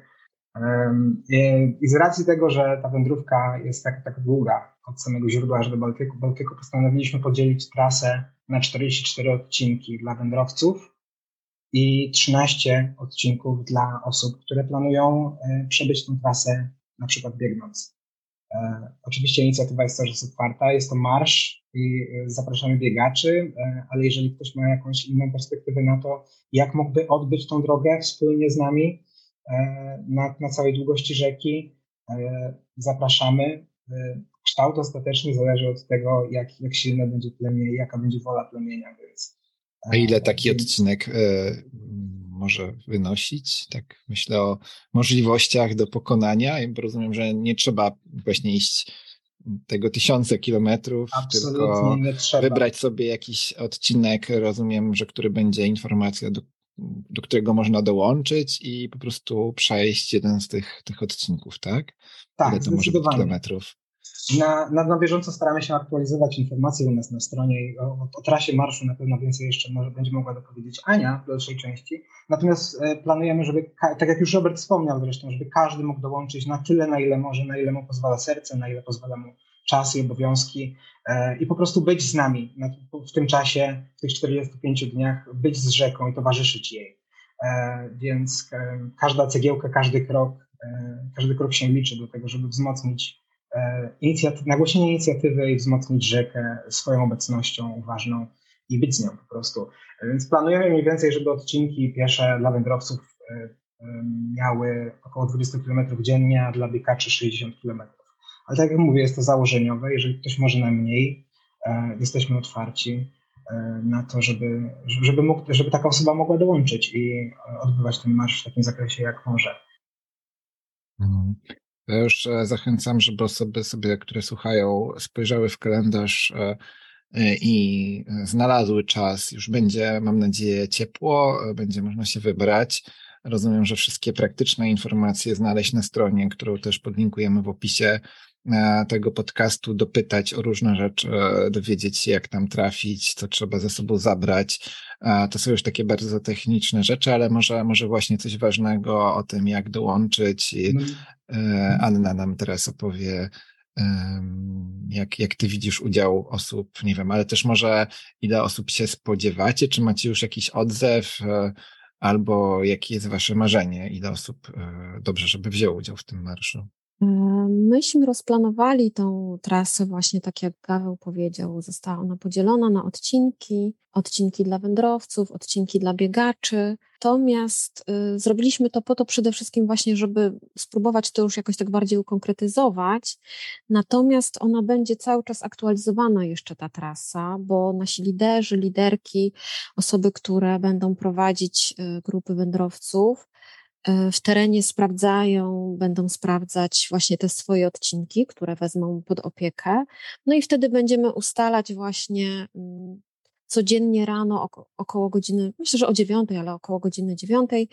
I z racji tego, że ta wędrówka jest tak, tak długa, od samego źródła aż do Bałtyku, Bałtyku, postanowiliśmy podzielić trasę na czterdzieści cztery odcinki dla wędrowców i trzynaście odcinków dla osób, które planują przebyć tę trasę na przykład biegnąc. Oczywiście inicjatywa jest też otwarta, jest to marsz i zapraszamy biegaczy, ale jeżeli ktoś ma jakąś inną perspektywę na to, jak mógłby odbyć tą drogę wspólnie z nami na, na całej długości rzeki, zapraszamy. Kształt ostateczny zależy od tego, jak, jak silne będzie plemię, jaka będzie wola plemienia. Więc, A ile taki więc... odcinek y, może wynosić? Tak myślę o możliwościach do pokonania. Bo rozumiem, że nie trzeba właśnie iść tego tysiące kilometrów, absolutnie tylko nie trzeba. Wybrać sobie jakiś odcinek, rozumiem, że który będzie informacja, do, do którego można dołączyć i po prostu przejść jeden z tych, tych odcinków, tak? Tak, ile to może być kilometrów? Na, na, na bieżąco staramy się aktualizować informacje u nas na stronie i o, o trasie marszu na pewno więcej jeszcze może będzie mogła dopowiedzieć Ania w dalszej części. Natomiast e, planujemy, żeby, tak jak już Robert wspomniał zresztą, żeby każdy mógł dołączyć na tyle, na ile może, na ile mu pozwala serce, na ile pozwala mu czas i obowiązki e, i po prostu być z nami na, w tym czasie, w tych czterdziestu pięciu dniach, być z rzeką i towarzyszyć jej. E, więc e, każda cegiełka, każdy krok, e, każdy krok się liczy do tego, żeby wzmocnić Inicjatyw, nagłośnienie inicjatywy i wzmocnić rzekę swoją obecnością ważną i być z nią po prostu. Więc planujemy mniej więcej, żeby odcinki piesze dla wędrowców miały około dwadzieścia kilometrów dziennie, a dla biegaczy sześćdziesiąt kilometrów. Ale tak jak mówię, jest to założeniowe. Jeżeli ktoś może na mniej, jesteśmy otwarci na to, żeby, żeby, mógł, żeby taka osoba mogła dołączyć i odbywać ten marsz w takim zakresie, jak może. Mhm. Ja już zachęcam, żeby osoby sobie, które słuchają, spojrzały w kalendarz i znalazły czas. Już będzie, mam nadzieję, ciepło, będzie można się wybrać. Rozumiem, że wszystkie praktyczne informacje znaleźć na stronie, którą też podlinkujemy w opisie tego podcastu, dopytać o różne rzeczy, dowiedzieć się, jak tam trafić, co trzeba ze sobą zabrać. To są już takie bardzo techniczne rzeczy, ale może, może właśnie coś ważnego o tym, jak dołączyć. I Anna nam teraz opowie, jak, jak ty widzisz udział osób, nie wiem, ale też może ile osób się spodziewacie, czy macie już jakiś odzew, albo jakie jest wasze marzenie, ile osób dobrze, żeby wzięło udział w tym marszu? Myśmy rozplanowali tą trasę właśnie tak, jak Gaweł powiedział. Została ona podzielona na odcinki, odcinki dla wędrowców, odcinki dla biegaczy. Natomiast y, zrobiliśmy to po to przede wszystkim właśnie, żeby spróbować to już jakoś tak bardziej ukonkretyzować. Natomiast ona będzie cały czas aktualizowana jeszcze ta trasa, bo nasi liderzy, liderki, osoby, które będą prowadzić y, grupy wędrowców, w terenie sprawdzają, będą sprawdzać właśnie te swoje odcinki, które wezmą pod opiekę. No i wtedy będziemy ustalać właśnie codziennie rano oko, około godziny, myślę, że o dziewiątej, ale około godziny dziewiątej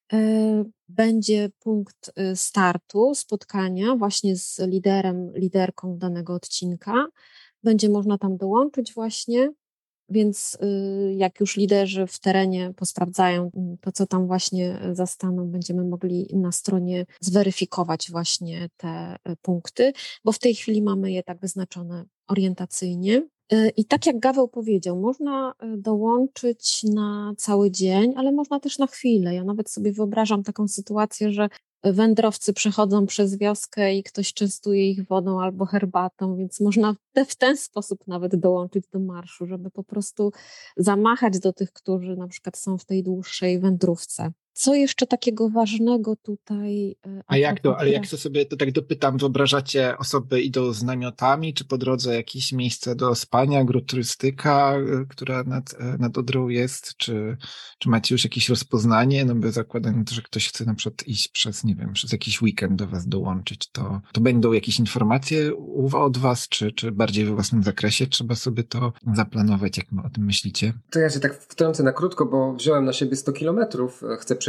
będzie punkt startu spotkania właśnie z liderem, liderką danego odcinka. Będzie można tam dołączyć właśnie. Więc jak już liderzy w terenie posprawdzają to, co tam właśnie zastaną, będziemy mogli na stronie zweryfikować właśnie te punkty, bo w tej chwili mamy je tak wyznaczone orientacyjnie. I tak jak Gaweł powiedział, można dołączyć na cały dzień, ale można też na chwilę. Ja nawet sobie wyobrażam taką sytuację, że wędrowcy przechodzą przez wioskę i ktoś częstuje ich wodą albo herbatą, więc można te, w ten sposób nawet dołączyć do marszu, żeby po prostu zamachać do tych, którzy na przykład są w tej dłuższej wędrówce. Co jeszcze takiego ważnego tutaj? A jak to, ale jak to sobie to tak dopytam, wyobrażacie, osoby idą z namiotami, czy po drodze jakieś miejsce do spania, agroturystyka, która nad, nad Odrą jest, czy, czy macie już jakieś rozpoznanie? No bo zakładam, że ktoś chce na przykład iść przez, nie wiem, przez jakiś weekend do was dołączyć, to, to będą jakieś informacje od was, czy, czy bardziej we własnym zakresie trzeba sobie to zaplanować, jak o tym myślicie? To ja się tak wtrącę na krótko, bo wziąłem na siebie sto kilometrów, chcę przejść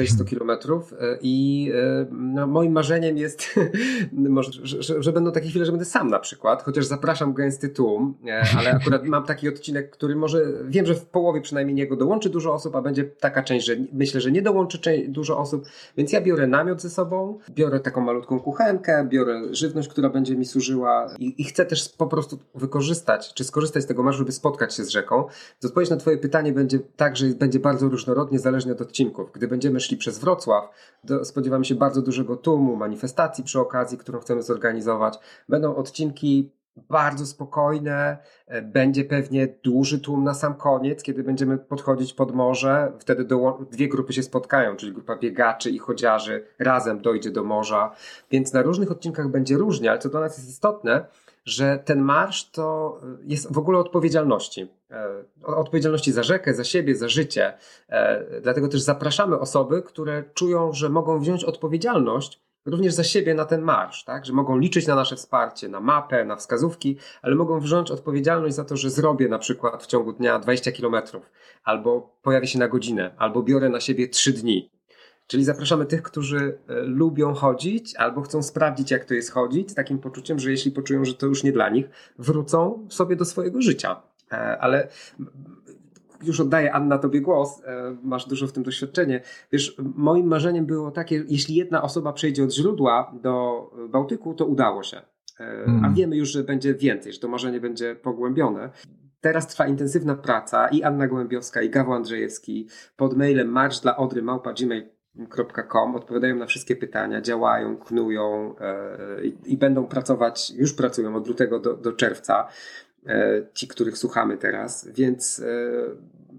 przejść sto kilometrów i no, moim marzeniem jest, może, że, że, że będą takie chwile, że będę sam na przykład, chociaż zapraszam gęsty tłum, ale akurat mam taki odcinek, który może, wiem, że w połowie przynajmniej niego dołączy dużo osób, a będzie taka część, że myślę, że nie dołączy część, dużo osób, więc ja biorę namiot ze sobą, biorę taką malutką kuchenkę, biorę żywność, która będzie mi służyła i, i chcę też po prostu wykorzystać, czy skorzystać z tego marszu, żeby spotkać się z rzeką. To odpowiedź na twoje pytanie będzie tak, że będzie bardzo różnorodnie, zależnie od odcinków. Gdy będziemy szli przez Wrocław, do, spodziewamy się bardzo dużego tłumu, manifestacji przy okazji, którą chcemy zorganizować. Będą odcinki bardzo spokojne, będzie pewnie duży tłum na sam koniec, kiedy będziemy podchodzić pod morze, wtedy do, dwie grupy się spotkają, czyli grupa biegaczy i chodziarzy razem dojdzie do morza, więc na różnych odcinkach będzie różnie, ale co dla nas jest istotne, że ten marsz to jest w ogóle odpowiedzialności. Odpowiedzialności za rzekę, za siebie, za życie. Dlatego też zapraszamy osoby, które czują, że mogą wziąć odpowiedzialność również za siebie na ten marsz, tak? Że mogą liczyć na nasze wsparcie, na mapę, na wskazówki, ale mogą wziąć odpowiedzialność za to, że zrobię na przykład w ciągu dnia dwadzieścia kilometrów, albo pojawię się na godzinę, albo biorę na siebie trzy dni. Czyli zapraszamy tych, którzy lubią chodzić albo chcą sprawdzić, jak to jest chodzić, z takim poczuciem, że jeśli poczują, że to już nie dla nich, wrócą sobie do swojego życia. Ale już oddaję, Anna, tobie głos, masz dużo w tym doświadczenie. Wiesz, moim marzeniem było takie, jeśli jedna osoba przejdzie od źródła do Bałtyku, to udało się. Hmm. A wiemy już, że będzie więcej, że to marzenie będzie pogłębione. Teraz trwa intensywna praca i Anna Gołębiowska, i Gaweł Andrzejewski pod mailem marsz dla odry małpa gmail kropka com odpowiadają na wszystkie pytania, działają, knują yy, i, i będą pracować, już pracują od lutego do, do czerwca, yy, ci, których słuchamy teraz, więc yy,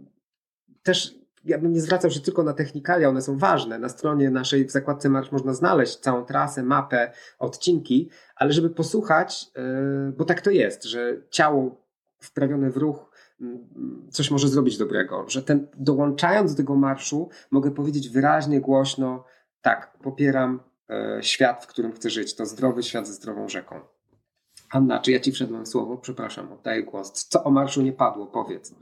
też ja bym nie zwracał się tylko na technikalia, one są ważne. Na stronie naszej w zakładce Marsz można znaleźć całą trasę, mapę, odcinki, ale żeby posłuchać, yy, bo tak to jest, że ciało wprawione w ruch coś może zrobić dobrego, że ten, dołączając do tego marszu mogę powiedzieć wyraźnie, głośno, tak, popieram e, świat, w którym chcę żyć, to zdrowy świat ze zdrową rzeką. Anna, czy ja ci wszedłem w słowo? Przepraszam, oddaję głos. Co o marszu nie padło? Powiedz.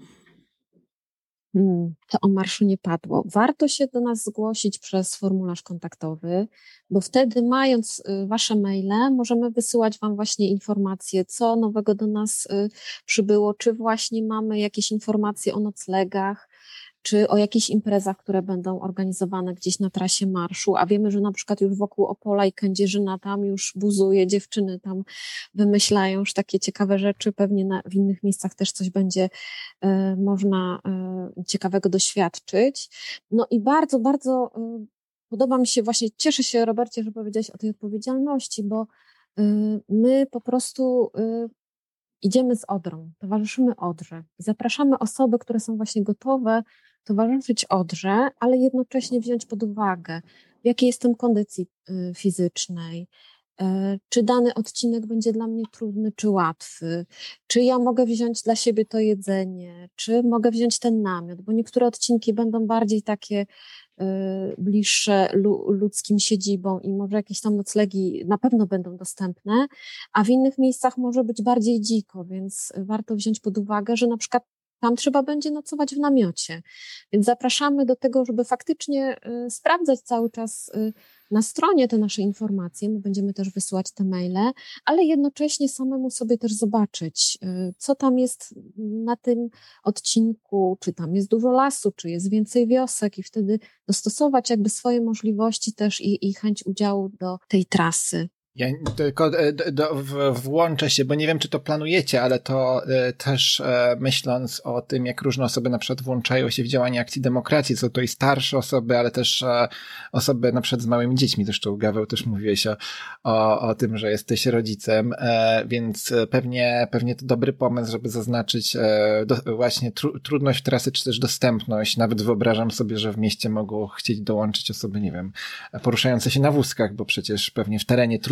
Hmm, to o marszu nie padło. Warto się do nas zgłosić przez formularz kontaktowy, bo wtedy, mając wasze maile, możemy wysyłać wam właśnie informacje, co nowego do nas przybyło, czy właśnie mamy jakieś informacje o noclegach, czy o jakichś imprezach, które będą organizowane gdzieś na trasie marszu, a wiemy, że na przykład już wokół Opola i Kędzierzyna tam już buzuje, dziewczyny tam wymyślają już takie ciekawe rzeczy, pewnie na, w innych miejscach też coś będzie y, można y, ciekawego doświadczyć. No i bardzo, bardzo y, podoba mi się właśnie, cieszę się, Robercie, że powiedziałeś o tej odpowiedzialności, bo y, my po prostu y, idziemy z Odrą, towarzyszymy Odrze i zapraszamy osoby, które są właśnie gotowe towarzyszyć Odrze, ale jednocześnie wziąć pod uwagę, w jakiej jestem kondycji fizycznej, czy dany odcinek będzie dla mnie trudny, czy łatwy, czy ja mogę wziąć dla siebie to jedzenie, czy mogę wziąć ten namiot, bo niektóre odcinki będą bardziej takie bliższe ludzkim siedzibom i może jakieś tam noclegi na pewno będą dostępne, a w innych miejscach może być bardziej dziko, więc warto wziąć pod uwagę, że na przykład tam trzeba będzie nocować w namiocie. Więc zapraszamy do tego, żeby faktycznie sprawdzać cały czas na stronie te nasze informacje. My będziemy też wysyłać te maile, ale jednocześnie samemu sobie też zobaczyć, co tam jest na tym odcinku, czy tam jest dużo lasu, czy jest więcej wiosek i wtedy dostosować jakby swoje możliwości też i, i chęć udziału do tej trasy. Ja tylko do, do, w, włączę się, bo nie wiem, czy to planujecie, ale to e, też e, myśląc o tym, jak różne osoby na przykład włączają się w działanie Akcji Demokracji, są to i starsze osoby, ale też e, osoby na przykład z małymi dziećmi. Zresztą Gaweł też mówiłeś o, o, o tym, że jesteś rodzicem, e, więc pewnie, pewnie to dobry pomysł, żeby zaznaczyć e, do, właśnie tru, trudność trasy, czy też dostępność. Nawet wyobrażam sobie, że w mieście mogą chcieć dołączyć osoby, nie wiem, poruszające się na wózkach, bo przecież pewnie w terenie trudno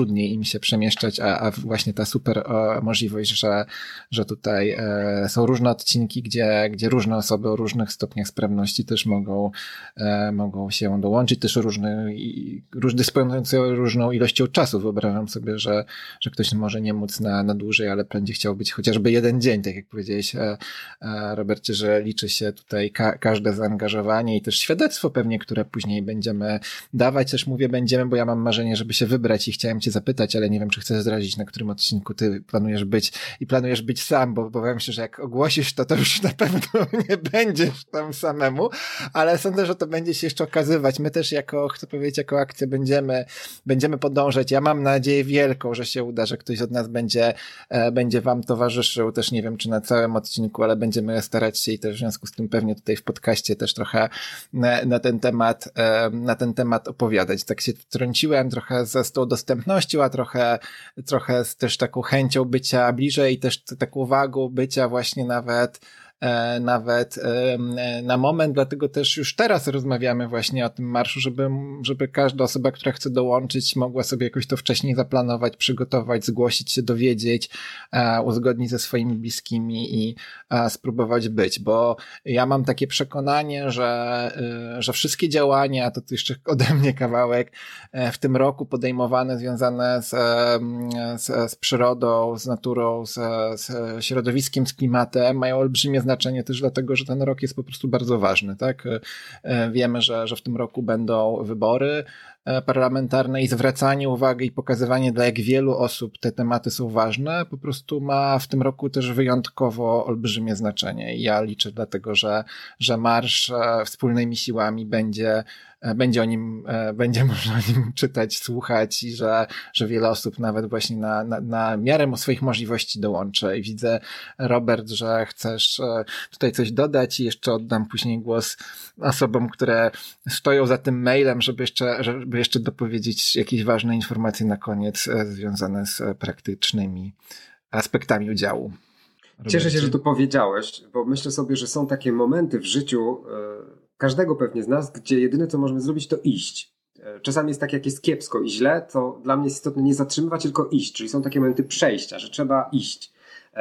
trudniej im się przemieszczać, a, a właśnie ta super e, możliwość, że, że tutaj e, są różne odcinki, gdzie, gdzie różne osoby o różnych stopniach sprawności też mogą, e, mogą się dołączyć, też różne, i, róż, dysponujące różną ilością czasu. Wyobrażam sobie, że, że ktoś może nie móc na, na dłużej, ale będzie chciał być chociażby jeden dzień, tak jak powiedziałeś, e, e, Robercie, że liczy się tutaj ka- każde zaangażowanie i też świadectwo pewnie, które później będziemy dawać. Też mówię będziemy, bo ja mam marzenie, żeby się wybrać i chciałem cię zapytać, ale nie wiem, czy chcesz zdradzić, na którym odcinku ty planujesz być i planujesz być sam, bo obawiam się, że jak ogłosisz to, to już na pewno nie będziesz tam samemu, ale sądzę, że to będzie się jeszcze okazywać. My też jako, chcę powiedzieć, jako akcja będziemy, będziemy podążać. Ja mam nadzieję wielką, że się uda, że ktoś od nas będzie, e, będzie wam towarzyszył. Też nie wiem, czy na całym odcinku, ale będziemy starać się i też w związku z tym pewnie tutaj w podcaście też trochę na, na ten temat, e, na ten temat opowiadać. Tak się wtrąciłem trochę z, z tą dostępnością, a trochę, trochę z też taką chęcią bycia bliżej i też taką wagą bycia właśnie nawet E, nawet e, na moment, dlatego też już teraz rozmawiamy właśnie o tym marszu, żeby, żeby każda osoba, która chce dołączyć, mogła sobie jakoś to wcześniej zaplanować, przygotować, zgłosić się, dowiedzieć, e, uzgodnić ze swoimi bliskimi i e, spróbować być, bo ja mam takie przekonanie, że, e, że wszystkie działania, to jeszcze ode mnie kawałek, e, w tym roku podejmowane, związane z, e, z, z przyrodą, z naturą, z, z środowiskiem, z klimatem, mają olbrzymie znaczenie też dlatego, że ten rok jest po prostu bardzo ważny, tak? Wiemy, że, że w tym roku będą wybory parlamentarne i zwracanie uwagi i pokazywanie, dla jak wielu osób te tematy są ważne, po prostu ma w tym roku też wyjątkowo olbrzymie znaczenie. I ja liczę dlatego, że, że marsz wspólnymi siłami będzie będzie o nim, będzie można o nim czytać, słuchać i że, że wiele osób nawet właśnie na, na, na miarę swoich możliwości dołączy. I widzę, Robert, że chcesz tutaj coś dodać i jeszcze oddam później głos osobom, które stoją za tym mailem, żeby jeszcze, żeby jeszcze dopowiedzieć jakieś ważne informacje na koniec związane z praktycznymi aspektami udziału. Robercie. Cieszę się, że to powiedziałeś, bo myślę sobie, że są takie momenty w życiu każdego pewnie z nas, gdzie jedyne co możemy zrobić to iść. Czasami jest tak, jak jest kiepsko i źle, to dla mnie jest istotne nie zatrzymywać, tylko iść, czyli są takie momenty przejścia, że trzeba iść.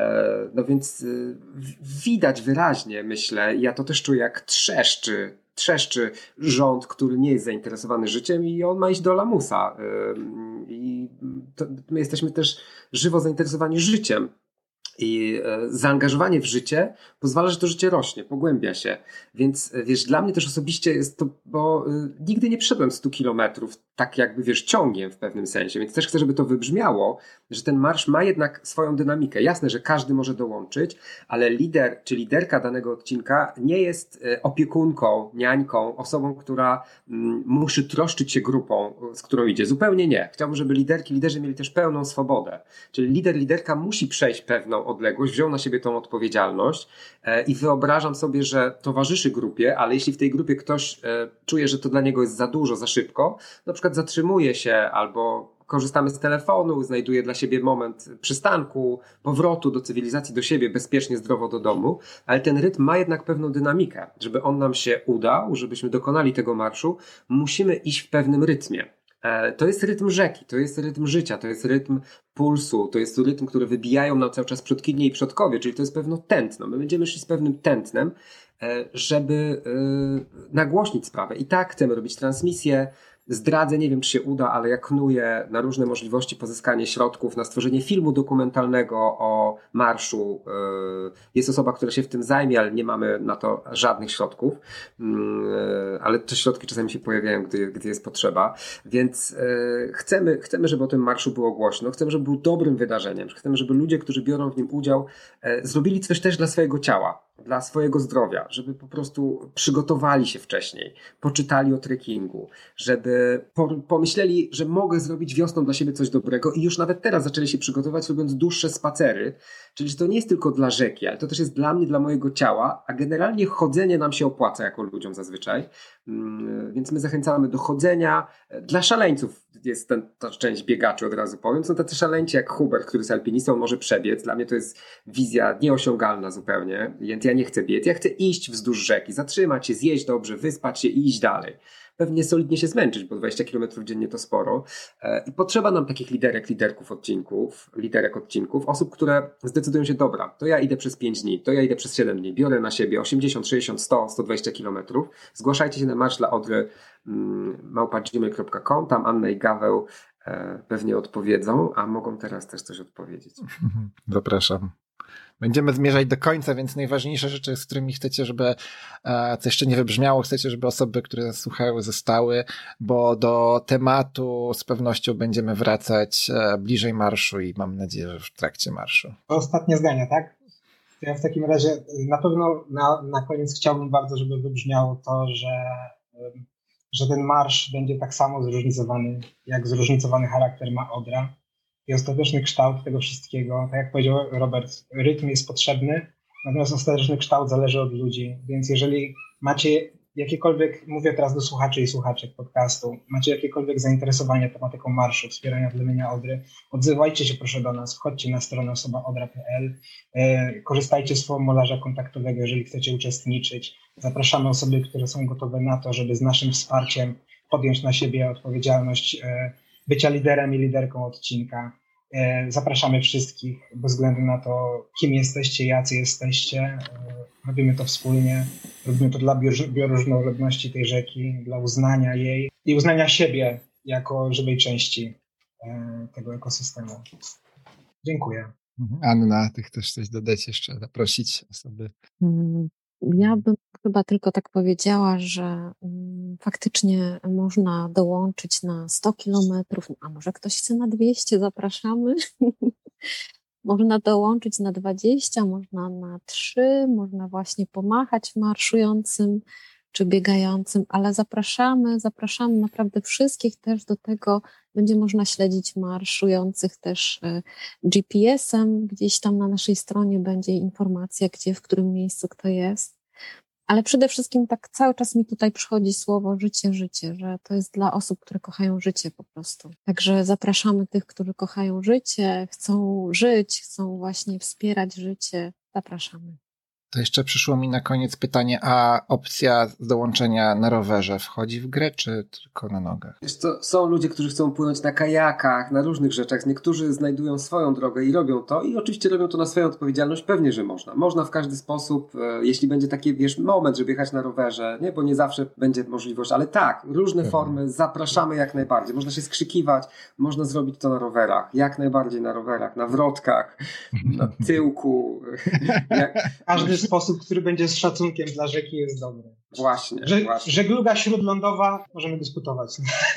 No więc widać wyraźnie, myślę, ja to też czuję, jak trzeszczy, trzeszczy rząd, który nie jest zainteresowany życiem i on ma iść do lamusa. I to my jesteśmy też żywo zainteresowani życiem. I zaangażowanie w życie pozwala, że to życie rośnie, pogłębia się. Więc wiesz, dla mnie też osobiście jest to, bo nigdy nie przeszedłem stu kilometrów tak jakby, wiesz, ciągiem w pewnym sensie. Więc też chcę, żeby to wybrzmiało, że ten marsz ma jednak swoją dynamikę. Jasne, że każdy może dołączyć, ale lider czy liderka danego odcinka nie jest opiekunką, niańką, osobą, która mm, musi troszczyć się grupą, z którą idzie. Zupełnie nie. Chciałbym, żeby liderki, liderzy mieli też pełną swobodę. Czyli lider, liderka musi przejść pewną odległość, wziął na siebie tą odpowiedzialność e, i wyobrażam sobie, że towarzyszy grupie, ale jeśli w tej grupie ktoś e, czuje, że to dla niego jest za dużo, za szybko, na przykład zatrzymuje się albo korzystamy z telefonu, znajduje dla siebie moment przystanku, powrotu do cywilizacji, do siebie, bezpiecznie, zdrowo do domu, ale ten rytm ma jednak pewną dynamikę. Żeby on nam się udał, żebyśmy dokonali tego marszu, musimy iść w pewnym rytmie. To jest rytm rzeki, to jest rytm życia, to jest rytm pulsu, to jest rytm, który wybijają nam cały czas przodkinie i przodkowie, czyli to jest pewne tętno. My będziemy szli z pewnym tętnem, żeby nagłośnić sprawę. I tak chcemy robić transmisję. Zdradzę, nie wiem czy się uda, ale ja knuję na różne możliwości pozyskanie środków na stworzenie filmu dokumentalnego o marszu. Jest osoba, która się w tym zajmie, ale nie mamy na to żadnych środków. Ale te środki czasami się pojawiają, gdy, gdy jest potrzeba. Więc chcemy, chcemy, żeby o tym marszu było głośno. Chcemy, żeby był dobrym wydarzeniem. Chcemy, żeby ludzie, którzy biorą w nim udział, zrobili coś też dla swojego ciała, dla swojego zdrowia, żeby po prostu przygotowali się wcześniej, poczytali o trekkingu, żeby pomyśleli, że mogę zrobić wiosną dla siebie coś dobrego i już nawet teraz zaczęli się przygotować, robiąc dłuższe spacery, czyli że to nie jest tylko dla rzeki, ale to też jest dla mnie, dla mojego ciała, a generalnie chodzenie nam się opłaca jako ludziom zazwyczaj, więc my zachęcamy do chodzenia. Dla szaleńców jest ten, ta część biegaczy, od razu powiem, są tacy szaleńci jak Hubert, który jest alpinistą, może przebiec, dla mnie to jest wizja nieosiągalna zupełnie, więc ja nie chcę biec, ja chcę iść wzdłuż rzeki, zatrzymać się, zjeść dobrze, wyspać się i iść dalej. pewnie solidnie się zmęczyć, bo dwadzieścia kilometrów dziennie to sporo. I potrzeba nam takich liderek, liderków odcinków, liderek odcinków, osób, które zdecydują się, dobra, to ja idę przez pięć dni, to ja idę przez siedem dni, biorę na siebie osiemdziesiąt, sześćdziesiąt, sto, sto dwadzieścia kilometrów. Zgłaszajcie się na Marsz dla Odry małpa gmail kropka com, tam Anna i Gaweł pewnie odpowiedzą, a mogą teraz też coś odpowiedzieć. Zapraszam. Będziemy zmierzać do końca, więc najważniejsze rzeczy, z którymi chcecie, żeby, co jeszcze nie wybrzmiało, chcecie, żeby osoby, które nas słuchały, zostały, bo do tematu z pewnością będziemy wracać bliżej marszu i mam nadzieję, że w trakcie marszu. Ostatnie zdanie, tak? Ja w takim razie na pewno na, na koniec chciałbym bardzo, żeby wybrzmiało to, że, że ten marsz będzie tak samo zróżnicowany, jak zróżnicowany charakter ma Odra. I ostateczny kształt tego wszystkiego, tak jak powiedział Robert, rytm jest potrzebny, natomiast ostateczny kształt zależy od ludzi, więc jeżeli macie jakiekolwiek, mówię teraz do słuchaczy i słuchaczek podcastu, macie jakiekolwiek zainteresowanie tematyką marszu, wspierania plemienia Odry, odzywajcie się proszę do nas, wchodźcie na stronę osoba odra kropka p l, e, korzystajcie z formularza kontaktowego, jeżeli chcecie uczestniczyć. Zapraszamy osoby, które są gotowe na to, żeby z naszym wsparciem podjąć na siebie odpowiedzialność e, bycia liderem i liderką odcinka. Zapraszamy wszystkich, bez względu na to, kim jesteście, jacy jesteście. Robimy to wspólnie. Robimy to dla bioróżnorodności tej rzeki, dla uznania jej i uznania siebie jako żywej części tego ekosystemu. Dziękuję. Anna, ty chcesz coś dodać jeszcze, zaprosić osoby? Ja bym chyba tylko tak powiedziała, że um, faktycznie można dołączyć na sto kilometrów, a może ktoś chce na dwieście, zapraszamy. Można dołączyć na dwadzieścia, można na trzy, można właśnie pomachać marszującym czy biegającym, ale zapraszamy, zapraszamy naprawdę wszystkich też do tego. Będzie można śledzić marszujących też G P S-em. Gdzieś tam na naszej stronie będzie informacja, gdzie, w którym miejscu kto jest. Ale przede wszystkim tak cały czas mi tutaj przychodzi słowo życie, życie, że to jest dla osób, które kochają życie po prostu. Także zapraszamy tych, którzy kochają życie, chcą żyć, chcą właśnie wspierać życie. Zapraszamy. To jeszcze przyszło mi na koniec pytanie, a opcja dołączenia na rowerze wchodzi w grę, czy tylko na nogach? Wiesz co, są ludzie, którzy chcą płynąć na kajakach, na różnych rzeczach. Niektórzy znajdują swoją drogę i robią to i oczywiście robią to na swoją odpowiedzialność. Pewnie, że można. Można w każdy sposób, jeśli będzie taki, wiesz, moment, żeby jechać na rowerze, nie, bo nie zawsze będzie możliwość, ale tak, różne Pewnie. formy, zapraszamy jak najbardziej. Można się skrzykiwać, można zrobić to na rowerach, jak najbardziej na rowerach, na wrotkach, na tyłku. jak... Każdy sposób, który będzie z szacunkiem dla rzeki, jest dobry. Właśnie, Że, właśnie. Żegluga śródlądowa, możemy dyskutować.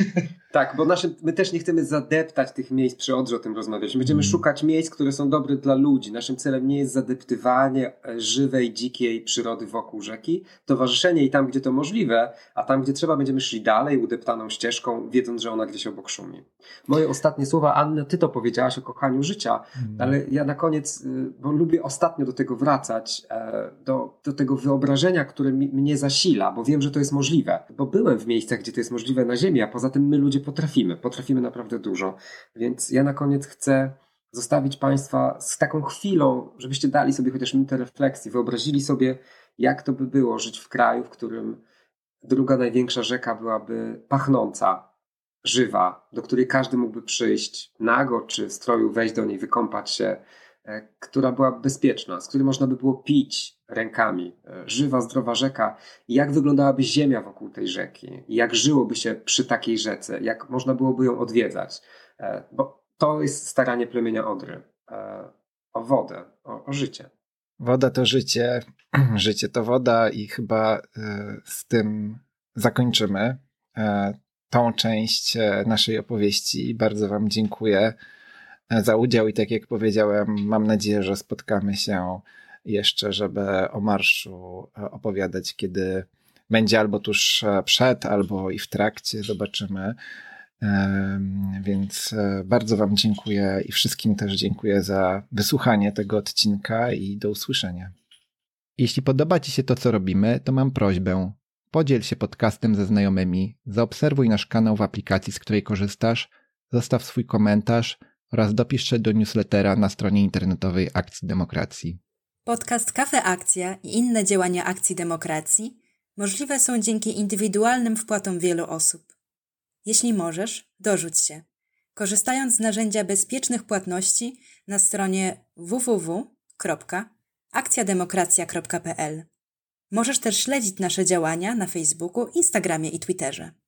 Tak, bo nasze, my też nie chcemy zadeptać tych miejsc, przy Odrze o tym rozmawiać. Będziemy mm. szukać miejsc, które są dobre dla ludzi. Naszym celem nie jest zadeptywanie żywej, dzikiej przyrody wokół rzeki. Towarzyszenie i tam, gdzie to możliwe, a tam, gdzie trzeba, będziemy szli dalej udeptaną ścieżką, wiedząc, że ona gdzieś obok szumi. Moje ostatnie słowa, Anna, ty to powiedziałaś o kochaniu życia, mm. ale ja na koniec, bo lubię ostatnio do tego wracać, do, do tego wyobrażenia, które mi, mnie zasila, bo wiem, że to jest możliwe. Bo byłem w miejscach, gdzie to jest możliwe na ziemi, a poza tym my ludzie potrafimy. Potrafimy naprawdę dużo. Więc ja na koniec chcę zostawić Państwa z taką chwilą, żebyście dali sobie chociaż minutę refleksji, wyobrazili sobie, jak to by było żyć w kraju, w którym druga największa rzeka byłaby pachnąca, żywa, do której każdy mógłby przyjść nago czy w stroju, wejść do niej, wykąpać się, która była bezpieczna, z której można by było pić rękami. Żywa, zdrowa rzeka. I jak wyglądałaby ziemia wokół tej rzeki? I jak żyłoby się przy takiej rzece? Jak można byłoby ją odwiedzać? Bo to jest staranie plemienia Odry. O wodę, o, o życie. Woda to życie, życie to woda i chyba z tym zakończymy tą część naszej opowieści. Bardzo Wam dziękuję za udział i tak jak powiedziałem, mam nadzieję, że spotkamy się jeszcze, żeby o marszu opowiadać, kiedy będzie albo tuż przed, albo i w trakcie, zobaczymy. Więc bardzo Wam dziękuję i wszystkim też dziękuję za wysłuchanie tego odcinka i do usłyszenia. Jeśli podoba Ci się to, co robimy, to mam prośbę. Podziel się podcastem ze znajomymi, zaobserwuj nasz kanał w aplikacji, z której korzystasz, zostaw swój komentarz oraz dopisz się do newslettera na stronie internetowej Akcji Demokracji. Podcast Kafe Akcja i inne działania Akcji Demokracji możliwe są dzięki indywidualnym wpłatom wielu osób. Jeśli możesz, dorzuć się, korzystając z narzędzia bezpiecznych płatności na stronie w w w kropka akcja demokracja kropka p l. Możesz też śledzić nasze działania na Facebooku, Instagramie i Twitterze.